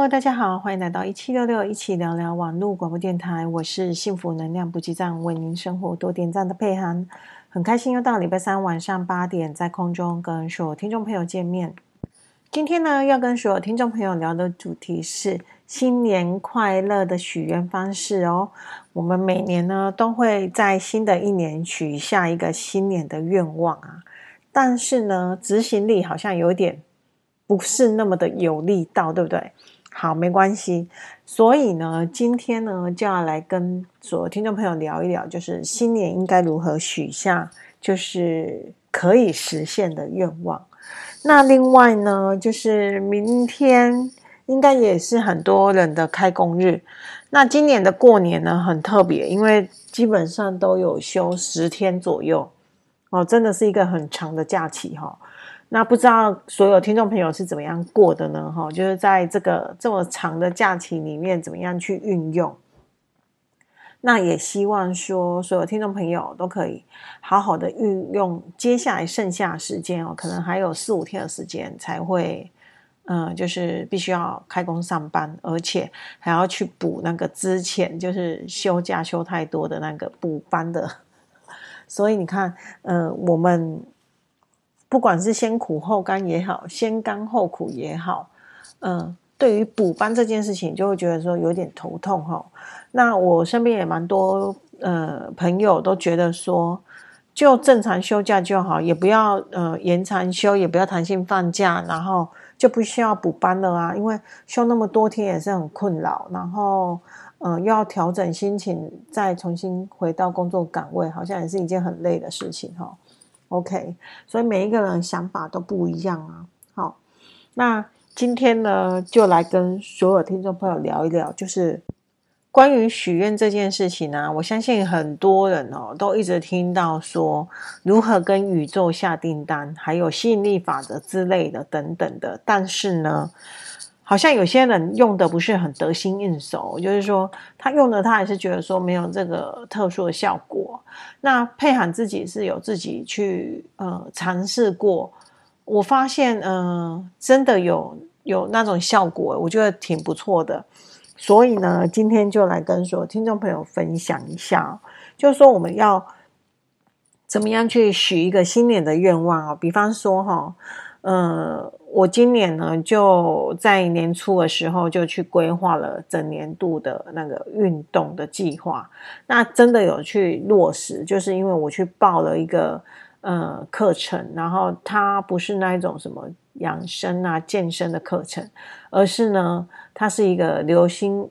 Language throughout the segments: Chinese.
Hello， 大家好，欢迎来到1766一起聊聊网络广播电台，我是幸福能量补给站，为您生活多点赞的佩涵，很开心又到礼拜三晚上8点，在空中跟所有听众朋友见面。今天呢，要跟所有听众朋友聊的主题是新年快乐的许愿方式哦。我们每年呢，都会在新的一年许下一个新年的愿望啊，但是呢，执行力好像有点不是那么的有力道，对不对？好，没关系。所以呢，今天呢就要来跟所有听众朋友聊一聊，就是新年应该如何许下就是可以实现的愿望。那另外呢，就是明天应该也是很多人的开工日。那今年的过年呢很特别，因为基本上都有休10天左右哦，真的是一个很长的假期哈。那不知道所有听众朋友是怎么样过的呢？就是在这么长的假期里面怎么样去运用。那也希望说所有听众朋友都可以好好的运用接下来剩下的时间哦，可能还有4-5天的时间才会就是必须要开工上班，而且还要去补那个之前就是休假休太多的那个补班的。所以你看我们不管是先苦后甘也好，先甘后苦也好，对于补班这件事情就会觉得说有点头痛哈。那我身边也蛮多朋友都觉得说，就正常休假就好，也不要延长休，也不要弹性放假，然后就不需要补班了啊，因为休那么多天也是很困扰，然后又要调整心情，再重新回到工作岗位，好像也是一件很累的事情哈。OK， 所以每一个人想法都不一样啊。好，那今天呢，就来跟所有听众朋友聊一聊，就是关于许愿这件事情啊，我相信很多人都一直听到说如何跟宇宙下订单，还有吸引力法则之类的等等的，但是呢，好像有些人用的不是很得心应手，就是说他用的他还是觉得说没有这个特殊的效果。那佩涵自己是有自己去尝试过，我发现真的有那种效果，我觉得挺不错的。所以呢，今天就来跟所有听众朋友分享一下就是说我们要怎么样去许一个新年的愿望比方说我今年呢就在年初的时候就去规划了整年度的那个运动的计划，那真的有去落实，就是因为我去报了一个课程，然后它不是那一种什么养生啊健身的课程，而是呢它是一个流行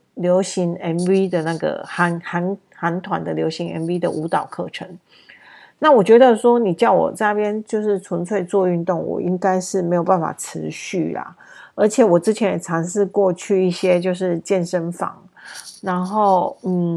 MV 的那个韩团的流行 MV 的舞蹈课程。那我觉得说你叫我在那边就是纯粹做运动，我应该是没有办法持续啦。而且我之前也尝试过去一些就是健身房，然后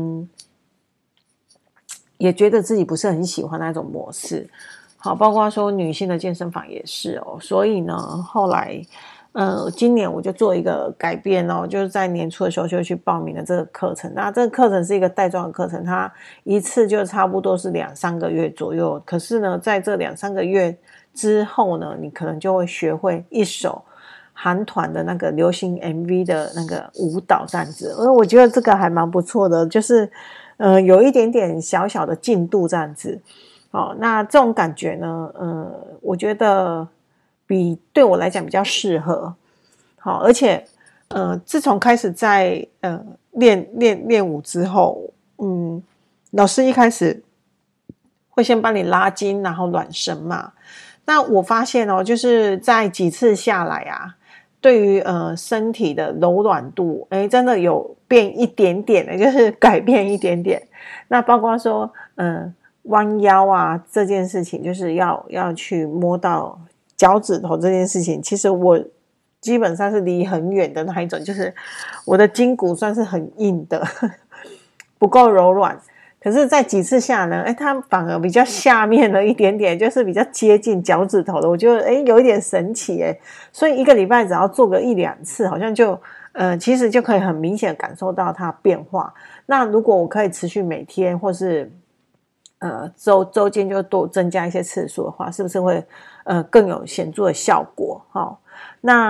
也觉得自己不是很喜欢那种模式。好，包括说女性的健身房也是所以呢后来今年我就做一个改变就是在年初的时候就去报名了这个课程。那这个课程是一个带状的课程，它一次就差不多是2-3个月左右，可是呢在这2-3个月之后呢，你可能就会学会一首韩团的那个流行 MV 的那个舞蹈这样子。而我觉得这个还蛮不错的，就是有一点点小小的进度这样子。那这种感觉呢我觉得对我来讲比较适合。好，而且自从开始在练舞之后，老师一开始会先帮你拉筋，然后暖身嘛。那我发现就是在几次下来啊，对于身体的柔软度真的有变一点点的，就是改变一点点。那包括说弯腰啊这件事情，就是要去摸到脚趾头这件事情，其实我基本上是离很远的那一种，就是我的筋骨算是很硬的不够柔软。可是在几次下呢它反而比较下面了一点点，就是比较接近脚趾头的，我觉得有一点神奇所以1个礼拜只要做个1-2次，好像就其实就可以很明显感受到它变化。那如果我可以持续每天或是周间就多增加一些次数的话，是不是会更有显著的效果那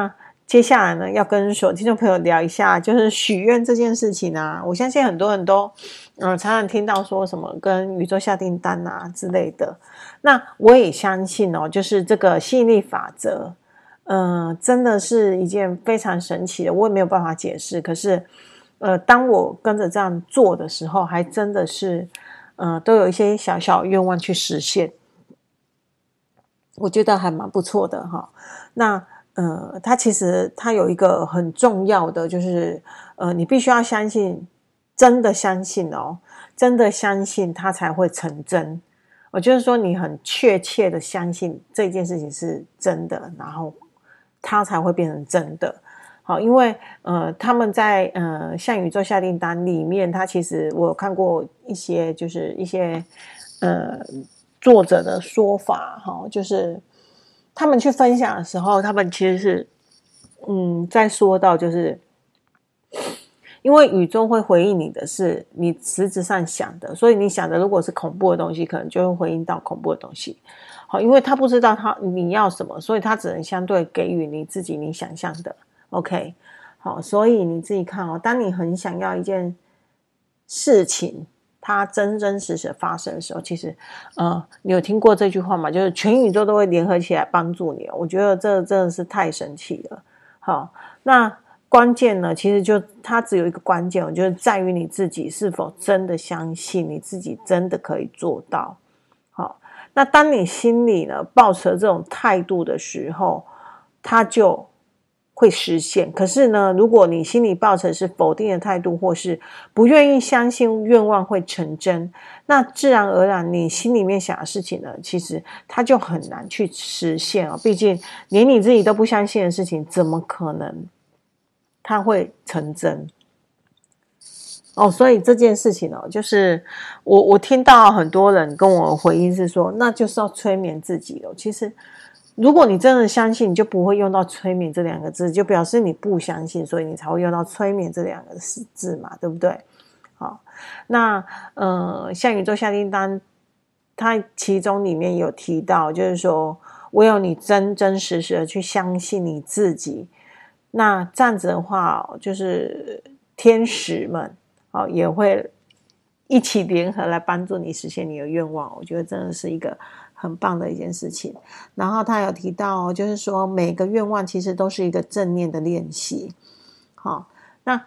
接下来呢，要跟所有听众朋友聊一下，就是许愿这件事情啊。我相信很多人都常常听到说什么跟宇宙下订单啊之类的。那我也相信哦，就是这个吸引力法则，真的是一件非常神奇的，我也没有办法解释。可是，当我跟着这样做的时候，还真的是，都有一些小小愿望去实现，我觉得还蛮不错的哈。那它其实它有一个很重要的，就是你必须要相信，真的相信哦，真的相信它才会成真。我就是说，你很确切的相信这件事情是真的，然后它才会变成真的。好，因为他们在向宇宙下订单里面，它其实我有看过一些，就是一些作者的说法，哈，就是他们去分享的时候，他们其实是在说到，就是因为宇宙会回应你的是你实质上想的，所以你想的如果是恐怖的东西，可能就会回应到恐怖的东西。好，因为他不知道你要什么，所以他只能相对给予你自己你想象的。OK， 好，所以你自己看哦，当你很想要一件事情，它真真实实发生的时候，其实你有听过这句话吗？就是全宇宙都会联合起来帮助你。我觉得这真的是太神奇了。好，那关键呢，其实就它只有一个关键，就是在于你自己是否真的相信你自己真的可以做到。好，那当你心里呢抱持这种态度的时候，它就会实现。可是呢，如果你心里抱持是否定的态度，或是不愿意相信愿望会成真，那自然而然你心里面想的事情呢，其实它就很难去实现哦。毕竟连你自己都不相信的事情，怎么可能它会成真？哦，所以这件事情哦，就是我听到很多人跟我回应是说，那就是要催眠自己哦。其实，如果你真的相信，你就不会用到催眠这两个字，就表示你不相信，所以你才会用到催眠这两个字嘛，对不对？好，那像宇宙下订单，它其中里面有提到，就是说唯有你真真实实的去相信你自己，那这样子的话，就是天使们也会一起联合来帮助你实现你的愿望。我觉得真的是一个很棒的一件事情。然后他有提到，就是说每个愿望其实都是一个正念的练习。好，那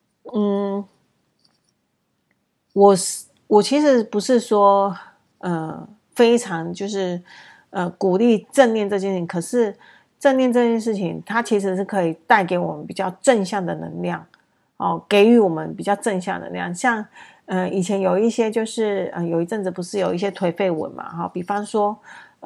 我其实不是说非常就是鼓励正念这件事情，可是正念这件事情，它其实是可以带给我们比较正向的能量哦，给予我们比较正向的能量。像以前有一些就是有一阵子不是有一些颓废文嘛，哈，比方说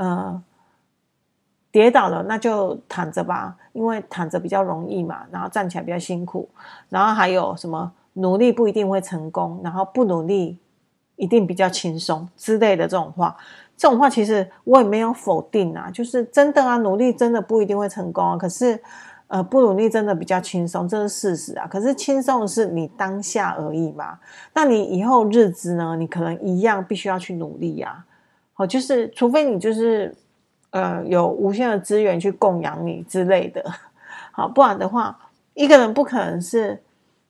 跌倒了那就躺着吧，因为躺着比较容易嘛，然后站起来比较辛苦。然后还有什么努力不一定会成功，然后不努力一定比较轻松之类的这种话。这种话其实我也没有否定啊，就是真的啊，努力真的不一定会成功啊，可是不努力真的比较轻松，这是事实啊。可是轻松的是你当下而已嘛，那你以后日子呢，你可能一样必须要去努力啊。好，就是除非你就是有无限的资源去供养你之类的，好，不然的话，一个人不可能是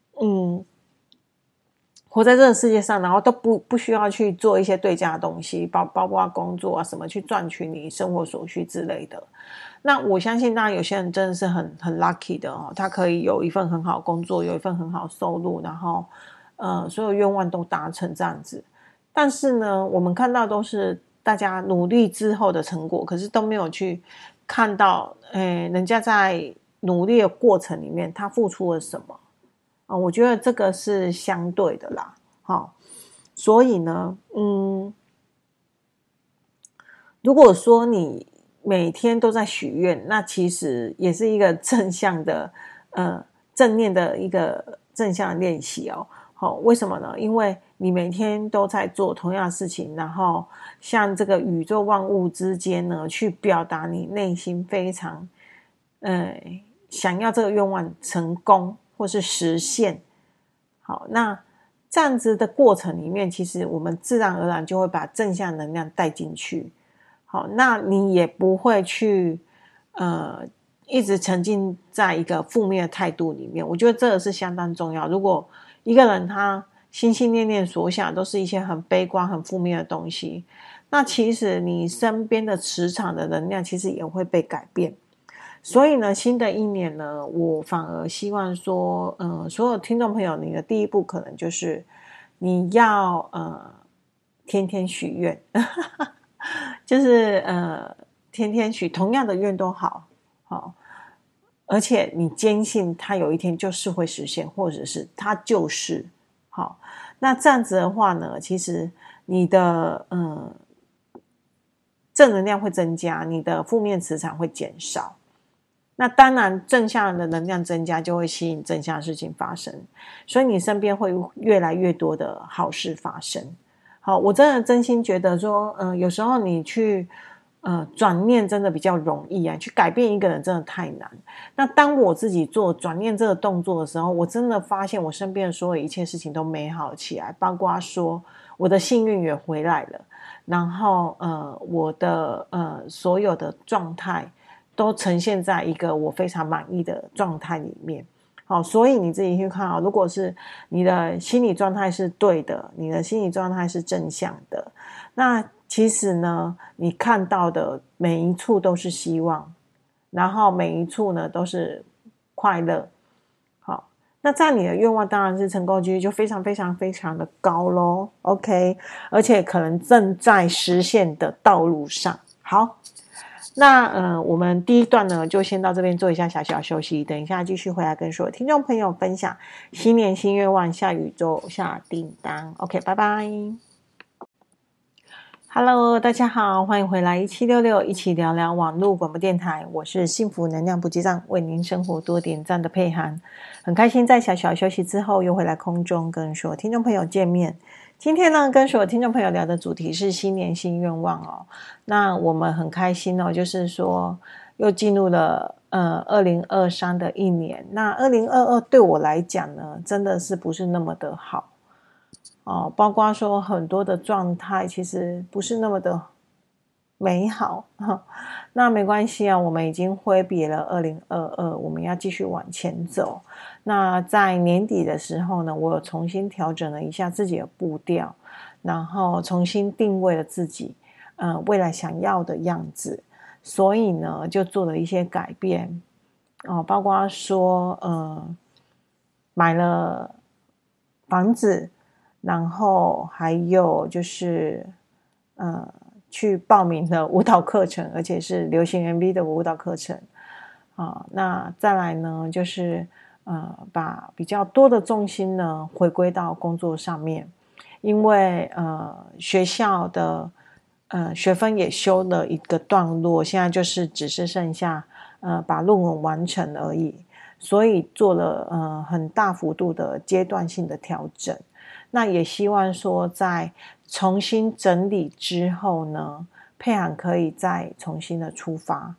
活在这个世界上，然后都不需要去做一些对价的东西，包括工作啊什么，去赚取你生活所需之类的。那我相信，当然有些人真的是很 lucky 的哦，他可以有一份很好的工作，有一份很好的收入，然后所有愿望都达成这样子。但是呢，我们看到都是大家努力之后的成果，可是都没有去看到，人家在努力的过程里面，他付出了什么。我觉得这个是相对的啦，好，所以呢，如果说你每天都在许愿，那其实也是一个正向的，正念的一个正向的练习哦。好，为什么呢？因为你每天都在做同样的事情，然后向这个宇宙万物之间呢，去表达你内心非常，想要这个愿望成功或是实现。好，那这样子的过程里面，其实我们自然而然就会把正向能量带进去。好，那你也不会去一直沉浸在一个负面的态度里面，我觉得这个是相当重要。如果一个人他心心念念所想都是一些很悲观很负面的东西，那其实你身边的磁场的能量其实也会被改变。所以呢，新的一年呢，我反而希望说所有听众朋友，你的第一步可能就是你要天天许愿就是天天许同样的愿都好，而且你坚信它有一天就是会实现，或者是它就是好。那这样子的话呢，其实你的正能量会增加，你的负面磁场会减少。那当然正向的能量增加就会吸引正向的事情发生，所以你身边会越来越多的好事发生。好，我真心觉得说有时候你去转念真的比较容易啊，去改变一个人真的太难。那当我自己做转念这个动作的时候，我真的发现我身边的所有一切事情都美好起来，包括说我的幸运也回来了，然后我的所有的状态都呈现在一个我非常满意的状态里面。好，所以你自己去看啊，如果是你的心理状态是对的，你的心理状态是正向的，那其实呢，你看到的每一处都是希望，然后每一处呢都是快乐。好，那这样你的愿望当然是成功几率就非常非常非常的高咯。 OK， 而且可能正在实现的道路上。好，那我们第一段呢就先到这边做一下小小休息，等一下继续回来跟所有听众朋友分享新年新愿望，下宇宙下订单。 OK， 拜拜。Hello， 大家好，欢迎回来1766一起聊聊网络广播电台，我是幸福能量补给站，为您生活多点赞的佩涵。很开心在小小休息之后又回来空中跟所有听众朋友见面。今天呢，跟所有听众朋友聊的主题是新年新愿望哦。那我们很开心哦，就是说又进入了2023的一年。那2022对我来讲呢，真的是不是那么的好哦，包括说很多的状态其实不是那么的美好。那没关系啊，我们已经挥别了2022，我们要继续往前走。那在年底的时候呢，我重新调整了一下自己的步调，然后重新定位了自己未来想要的样子，所以呢就做了一些改变包括说买了房子，然后还有就是去报名了舞蹈课程，而且是流行 MV 的舞蹈课程那再来呢就是把比较多的重心呢回归到工作上面，因为学校的学分也修了一个段落，现在就是只是剩下把论文完成而已，所以做了很大幅度的阶段性的调整。那也希望说在重新整理之后呢，佩涵可以再重新的出发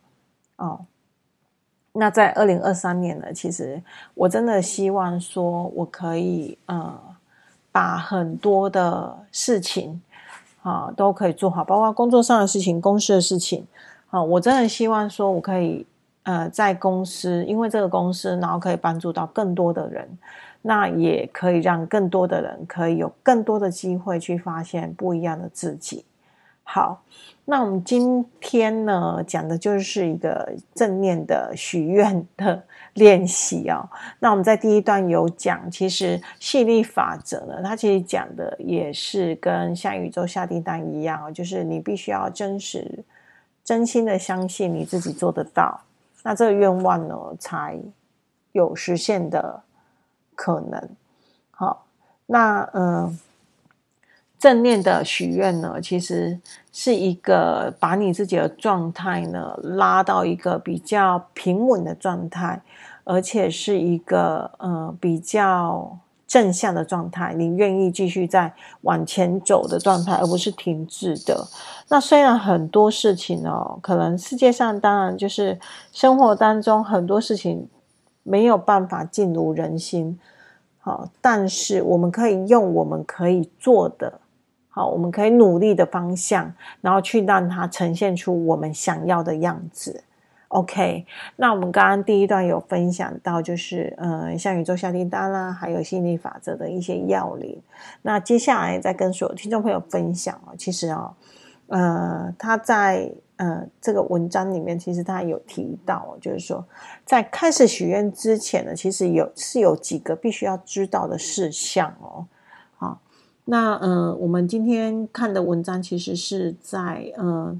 那在2023年呢，其实我真的希望说我可以把很多的事情都可以做好，包括工作上的事情、公司的事情我真的希望说我可以在公司，因为这个公司然后可以帮助到更多的人，那也可以让更多的人可以有更多的机会去发现不一样的自己。好，那我们今天呢讲的就是一个正念的许愿的练习那我们在第一段有讲，其实吸引力法则呢，它其实讲的也是跟向宇宙下订单一样就是你必须要真心的相信你自己做得到，那这个愿望呢才有实现的可能。好，那正念的许愿呢，其实是一个把你自己的状态呢拉到一个比较平稳的状态，而且是一个比较正向的状态，你愿意继续再往前走的状态，而不是停滞的。那虽然很多事情可能世界上当然就是生活当中很多事情没有办法尽如人心但是我们可以用我们可以做的我们可以努力的方向，然后去让它呈现出我们想要的样子 OK，那我们刚刚第一段有分享到，就是像宇宙下订单啦，还有吸引力法则的一些要领。那接下来再跟所有听众朋友分享哦，其实他在这个文章里面，其实他有提到，就是说在开始许愿之前呢，其实有几个必须要知道的事项哦。好，那我们今天看的文章其实是在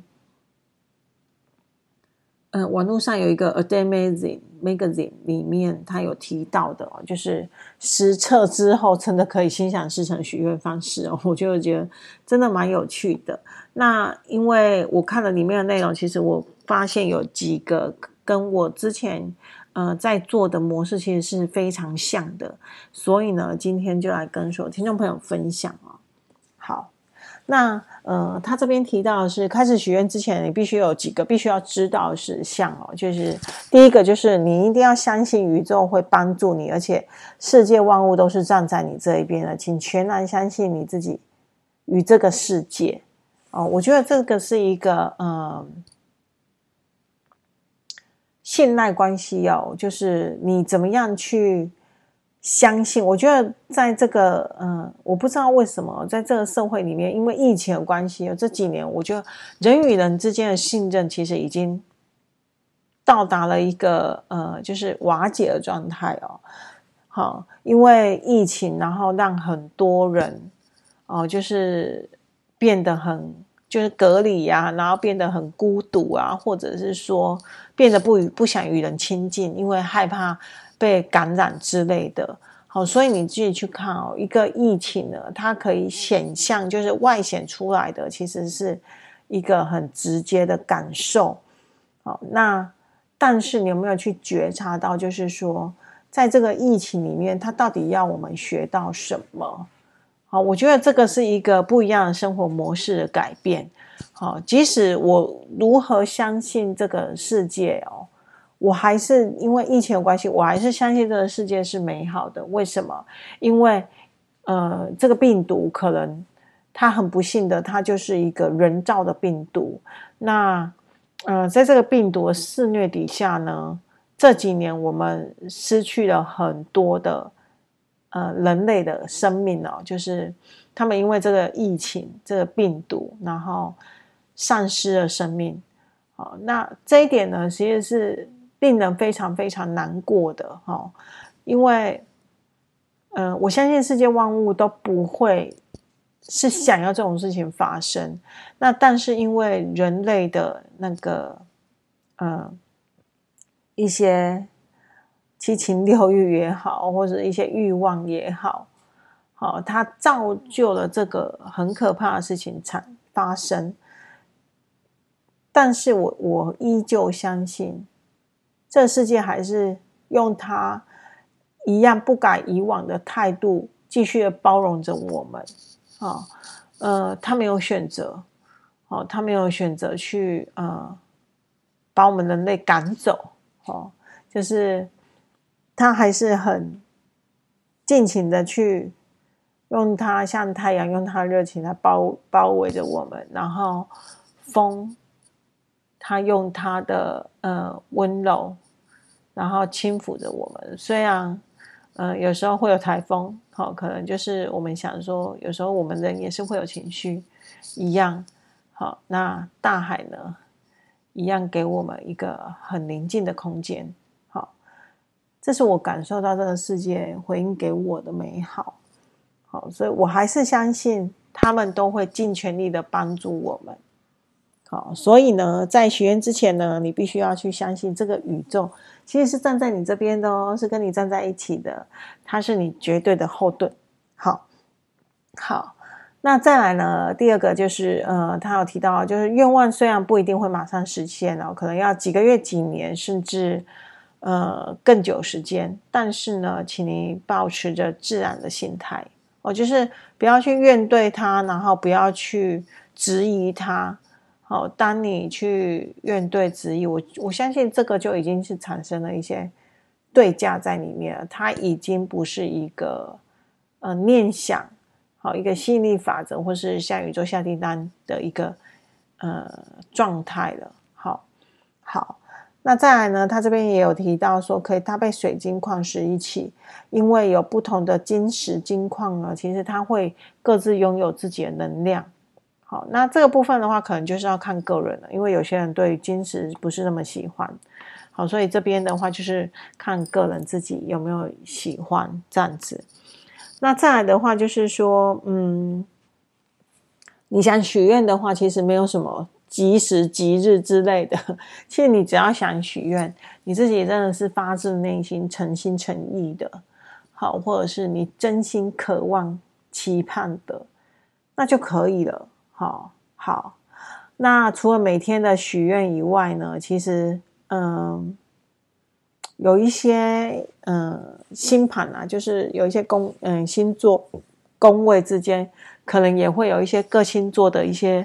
网络上有一个 A Day Magazine 里面，他有提到的哦，就是实测之后真的可以心想事成许愿方式哦，我就觉得真的蛮有趣的。那因为我看了里面的内容，其实我发现有几个跟我之前在做的模式其实是非常像的，所以呢，今天就来跟所有听众朋友分享哦。好。那他这边提到的是，开始许愿之前，你必须有几个必须要知道的事项哦。就是第一个，就是你一定要相信宇宙会帮助你，而且世界万物都是站在你这一边的，请全然相信你自己与这个世界哦。我觉得这个是一个信赖关系哦，就是你怎么样去相信。我觉得在这个我不知道为什么在这个社会里面，因为疫情的关系，这几年我觉得人与人之间的信任其实已经到达了一个就是瓦解的状态哦。好，因为疫情，然后让很多人就是变得很就是隔离啊，然后变得很孤独啊，或者是说变得不想与人亲近，因为害怕被感染之类的。好，所以你自己去看哦，一个疫情呢，它可以显象，就是外显出来的，其实是一个很直接的感受。好，那但是你有没有去觉察到，就是说，在这个疫情里面，它到底要我们学到什么？好，我觉得这个是一个不一样的生活模式的改变。好，即使我如何相信这个世界哦，我还是因为疫情的关系，我还是相信这个世界是美好的。为什么？因为这个病毒可能它很不幸的，它就是一个人造的病毒。那在这个病毒的肆虐底下呢，这几年我们失去了很多的人类的生命哦，就是他们因为这个疫情这个病毒，然后丧失了生命。好，那这一点呢，其实是令人非常非常难过的哈，因为我相信世界万物都不会是想要这种事情发生。那但是因为人类的那个一些七情六欲也好，或者一些欲望也好，好，它造就了这个很可怕的事情发生。但是我依旧相信，这个世界还是用它一样不改以往的态度，继续的包容着我们。他没有选择，他没有选择去把我们人类赶走，就是他还是很尽情的去用它像太阳，用它的热情来包围着我们，然后风，他用他的温柔，然后轻抚着我们。虽然有时候会有台风，可能就是我们想说，有时候我们人也是会有情绪一样。好，那大海呢，一样给我们一个很宁静的空间。好，这是我感受到这个世界回应给我的美好。好，所以我还是相信他们都会尽全力的帮助我们。好，所以呢，在许愿之前呢，你必须要去相信这个宇宙其实是站在你这边的哦，是跟你站在一起的，它是你绝对的后盾。好，那再来呢，第二个就是他有提到，就是愿望虽然不一定会马上实现哦，可能要几个月、几年，甚至更久时间，但是呢，请你保持着自然的心态哦，就是不要去怨对它，然后不要去质疑它。好，当你去怨对质疑，我相信这个就已经是产生了一些对价在里面了，它已经不是一个念想，好，一个吸引力法则，或是向宇宙下订单的一个状态了。好， 那再来呢，他这边也有提到说可以搭配水晶矿石一起，因为有不同的晶石晶矿呢，其实它会各自拥有自己的能量。好，那这个部分的话可能就是要看个人了，因为有些人对晶石不是那么喜欢。好，所以这边的话就是看个人自己有没有喜欢这样子。那再来的话就是说你想许愿的话，其实没有什么吉时吉日之类的，其实你只要想许愿，你自己真的是发自内心诚心诚意的，好，或者是你真心渴望期盼的，那就可以了。好，那除了每天的许愿以外呢，其实有一些星盘啊，就是有一些星座宫位之间，可能也会有一些各星座的一些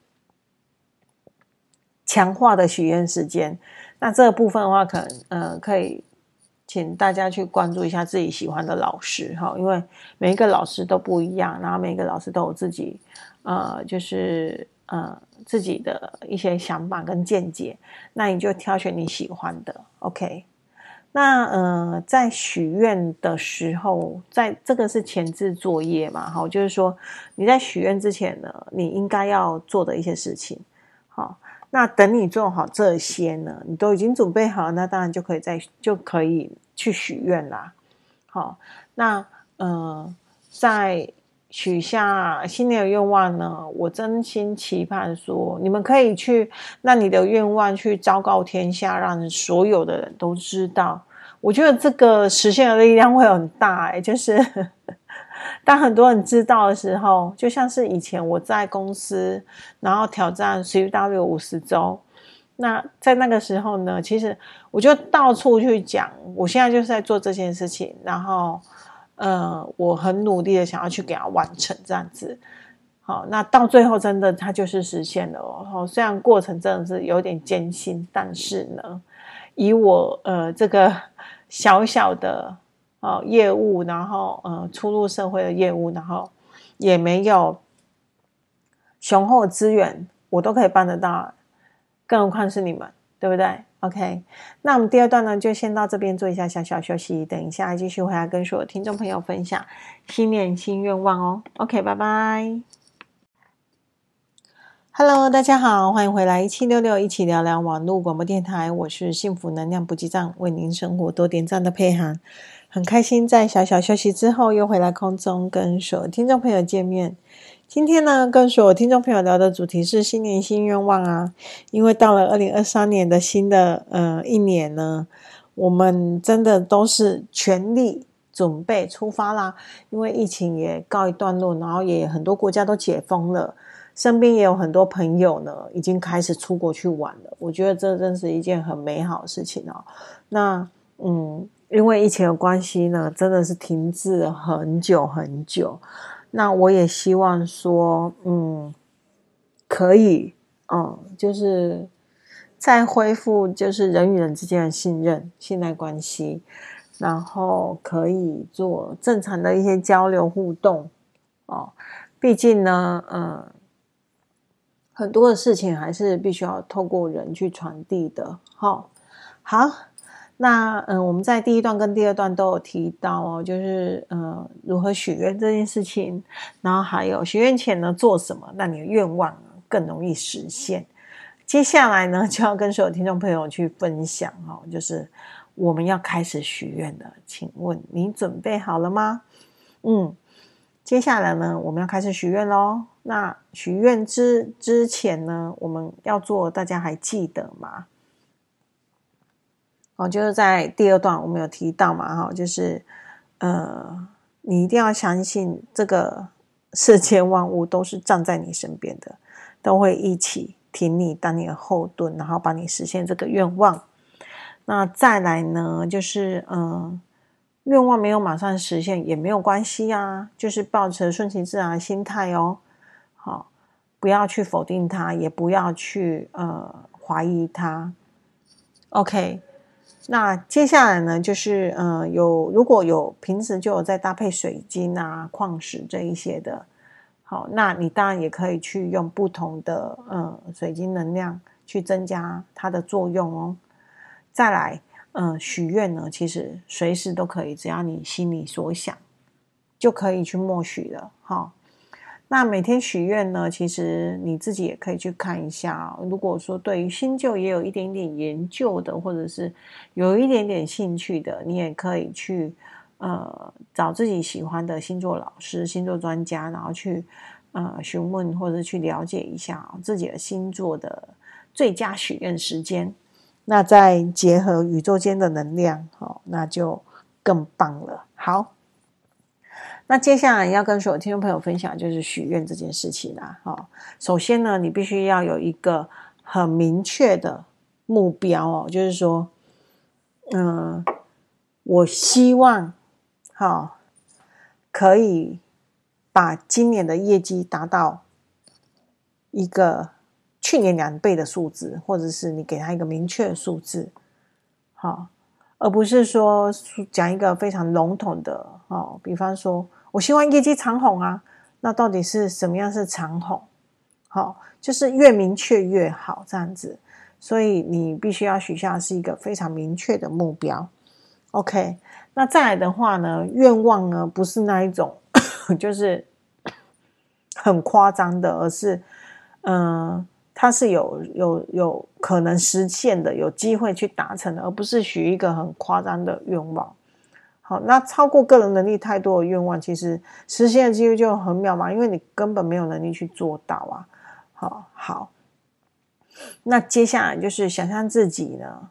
强化的许愿时间。那这个部分的话，可能可以请大家去关注一下自己喜欢的老师哈，因为每一个老师都不一样，然后每一个老师都有自己就是自己的一些想法跟见解，那你就挑选你喜欢的 ，OK。那在许愿的时候，在这个是前置作业嘛，好，就是说你在许愿之前呢，你应该要做的一些事情，好，那等你做好这些呢，你都已经准备好，那当然就可以去许愿啦，好，那在许下新年的愿望呢，我真心期盼说，你们可以去那你的愿望去昭告天下，让所有的人都知道。我觉得这个实现的力量会很大就是当很多人知道的时候，就像是以前我在公司，然后挑战 CW50 周，那在那个时候呢，其实我就到处去讲，我现在就是在做这件事情，然后我很努力的想要去给它完成这样子。好，那到最后真的它就是实现了哦。虽然过程真的是有点艰辛，但是呢，以我这个小小的业务，然后初入社会的业务，然后也没有雄厚资源，我都可以办得到，更何况是你们，对不对 ？OK， 那我们第二段呢，就先到这边做一下小小休息，等一下继续回来跟所有听众朋友分享新年新愿望哦。OK， 拜拜。Hello， 大家好，欢迎回来1766一起聊聊网络广播电台，我是幸福能量补给站，为您生活多点赞的佩涵，很开心在小小休息之后又回来空中跟所有听众朋友见面。今天呢，跟所有听众朋友聊的主题是新年新愿望啊，因为到了2023年的新的一年呢，我们真的都是全力准备出发啦，因为疫情也告一段落，然后也很多国家都解封了。身边也有很多朋友呢，已经开始出国去玩了。我觉得这真是一件很美好的事情哦。那因为疫情的关系呢，真的是停滞了很久很久。那我也希望说，可以，就是再恢复，就是人与人之间的信赖关系，然后可以做正常的一些交流互动哦。毕竟呢，很多的事情还是必须要透过人去传递的。好，那我们在第一段跟第二段都有提到哦，就是如何许愿这件事情，然后还有许愿前呢做什么，让你的愿望更容易实现。接下来呢，就要跟所有听众朋友去分享哦，就是我们要开始许愿了，请问你准备好了吗？接下来呢，我们要开始许愿咯。那许愿之前呢，我们要做，大家还记得吗？就是在第二段我们有提到嘛，就是你一定要相信这个世间万物都是站在你身边的，都会一起挺你，当你的后盾，然后帮你实现这个愿望。那再来呢，就是愿望没有马上实现也没有关系啊，就是抱持顺其自然的心态哦。好，不要去否定它，也不要去怀疑它。OK。那接下来呢，就是如果有平时就有在搭配水晶啊、矿石这一些的，好，那你当然也可以去用不同的水晶能量去增加它的作用哦。 再来许愿呢，其实随时都可以，只要你心里所想就可以去默许了。那每天许愿呢，其实你自己也可以去看一下如果说对于星座也有一点点研究的，或者是有一点点兴趣的，你也可以去找自己喜欢的星座老师、星座专家，然后去询问或者去了解一下自己的星座的最佳许愿时间，那再结合宇宙间的能量那就更棒了。好，那接下来要跟所有听众朋友分享就是许愿这件事情啦。首先呢，你必须要有一个很明确的目标就是说我希望可以把今年的业绩达到一个去年2倍的数字，或者是你给他一个明确的数字，而不是说讲一个非常笼统的比方说我希望业绩长红啊，那到底是什么样是长红？就是越明确越好这样子，所以你必须要许下是一个非常明确的目标。OK， 那再来的话呢，愿望呢不是那一种就是很夸张的，而是它是有可能实现的，有机会去达成的，而不是许一个很夸张的愿望。好，那超过个人能力太多的愿望，其实实现的机会就很渺茫，因为你根本没有能力去做到啊。好，那接下来就是想象自己呢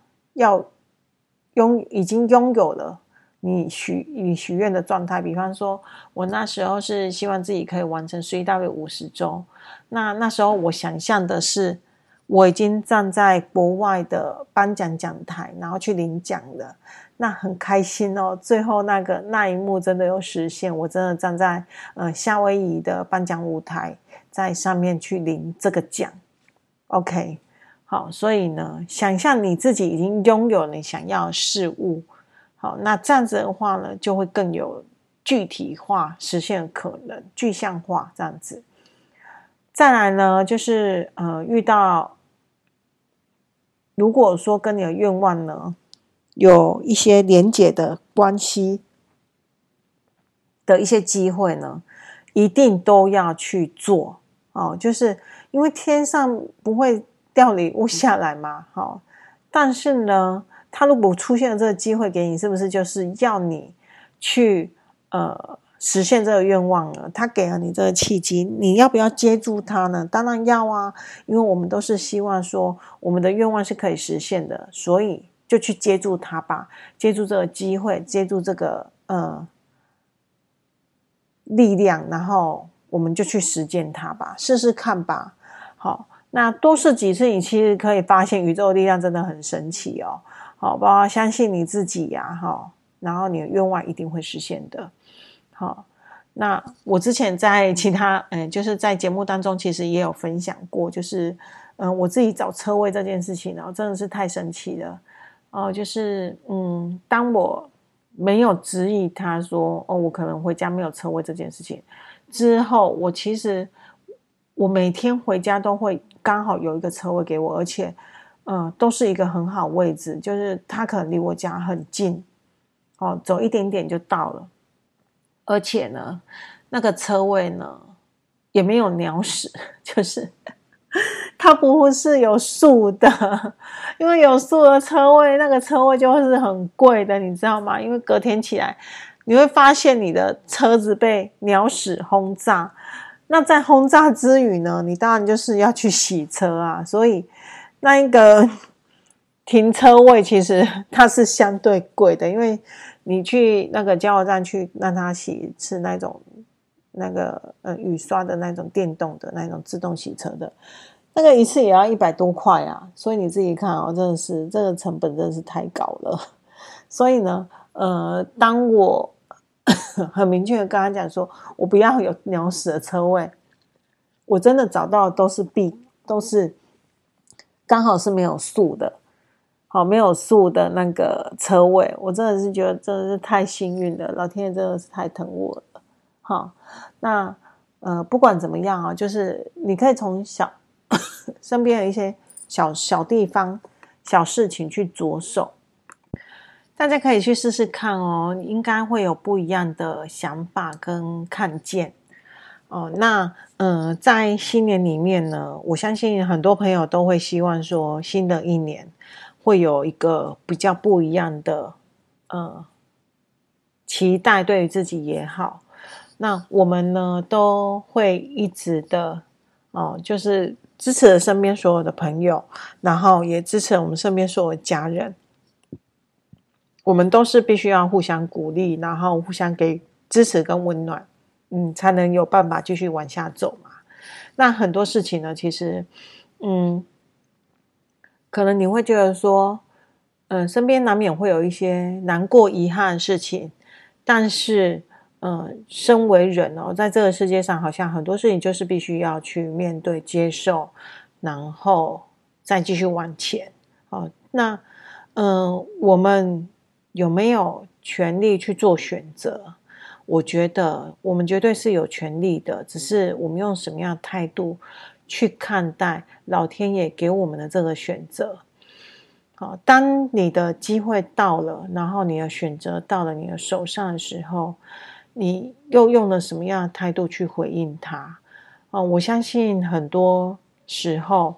已经拥有了你许愿的状态，比方说我那时候是希望自己可以完成11W50周，那时候我想象的是我已经站在国外的颁奖讲台，然后去领奖了，那很开心最后那一幕真的有实现，我真的站在夏威夷的颁奖舞台，在上面去领这个奖。 OK， 好，所以呢，想象你自己已经拥有你想要的事物，好，那这样子的话呢，就会更有具体化实现的可能，具象化这样子。再来呢，就是遇到如果说跟你的愿望呢有一些连结的关系的一些机会呢，一定都要去做就是因为天上不会掉礼物下来嘛但是呢，他如果出现了这个机会给你，是不是就是要你去实现这个愿望了？他给了你这个契机，你要不要接住它呢？当然要啊，因为我们都是希望说我们的愿望是可以实现的，所以就去接住它吧，接住这个机会，接住这个力量，然后我们就去实践它吧，试试看吧。好，那多试几次，你其实可以发现宇宙的力量真的很神奇好，包括相信你自己呀然后你的愿望一定会实现的。好，那我之前在其他就是在节目当中其实也有分享过，就是我自己找车位这件事情真的是太神奇了就是当我没有质疑他说我可能回家没有车位这件事情之后，我其实我每天回家都会刚好有一个车位给我，而且都是一个很好位置，就是它可能离我家很近走一点点就到了，而且呢那个车位呢也没有鸟屎，就是它不是有树的，因为有树的车位那个车位就是很贵的，你知道吗？因为隔天起来你会发现你的车子被鸟屎轰炸，那在轰炸之余呢，你当然就是要去洗车啊，所以那一个停车位其实它是相对贵的，因为你去那个加油站去让它洗一次那种雨刷的那种电动的那种自动洗车的，那个一次也要100多块啊，所以你自己看真的是这个成本真的是太高了。所以呢当我很明确的跟他讲说我不要有鸟屎的车位，我真的找到的都是刚好是没有树的没有树的那个车位，我真的是觉得真的是太幸运了，老天爷真的是太疼我了那不管怎么样就是你可以从身边的一些小地方小事情去着手。大家可以去试试看哦，应该会有不一样的想法跟看见哦。那在新年里面呢，我相信很多朋友都会希望说，新的一年会有一个比较不一样的期待，对于自己也好。那我们呢都会一直的就是支持了身边所有的朋友，然后也支持我们身边所有的家人。我们都是必须要互相鼓励，然后互相给支持跟温暖，才能有办法继续往下走嘛。那很多事情呢，其实，可能你会觉得说，身边难免会有一些难过、遗憾的事情，但是，身为人哦，在这个世界上，好像很多事情就是必须要去面对、接受，然后再继续往前。哦，那，我们有没有权利去做选择？我觉得我们绝对是有权利的，只是我们用什么样的态度去看待老天爷给我们的这个选择。好，当你的机会到了，然后你的选择到了你的手上的时候，你又用了什么样的态度去回应它？我相信很多时候，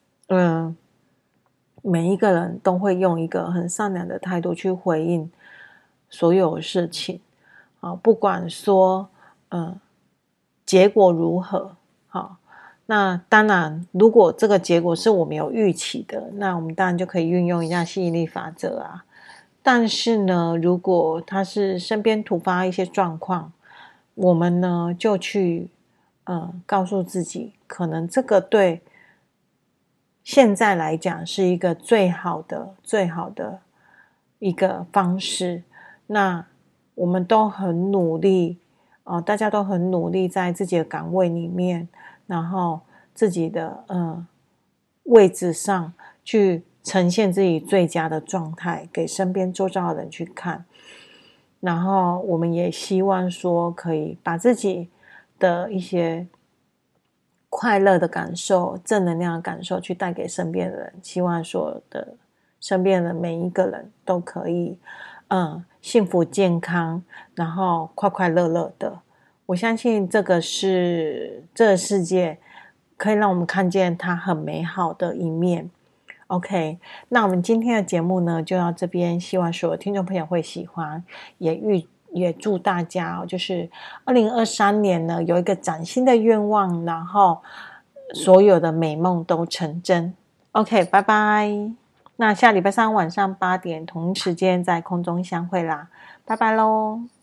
每一个人都会用一个很善良的态度去回应所有的事情。不管说结果如何，好，那当然如果这个结果是我们有预期的，那我们当然就可以运用一下吸引力法则啊。但是呢，如果他是身边突发一些状况，我们呢就去告诉自己，可能这个对现在来讲是一个最好的一个方式。那我们都很努力大家都很努力在自己的岗位里面，然后自己的位置上去呈现自己最佳的状态给身边周遭的人去看。然后我们也希望说可以把自己的一些快乐的感受、正能量的感受去带给身边的人，希望所有的身边的每一个人都可以幸福健康，然后快快乐乐的。我相信这个是这个世界可以让我们看见它很美好的一面。OK， 那我们今天的节目呢就到这边，希望所有听众朋友会喜欢，也祝大家就是2023年呢有一个崭新的愿望，然后所有的美梦都成真。OK， 拜拜。那下礼拜三晚上8点同一时间在空中相会啦，拜拜咯。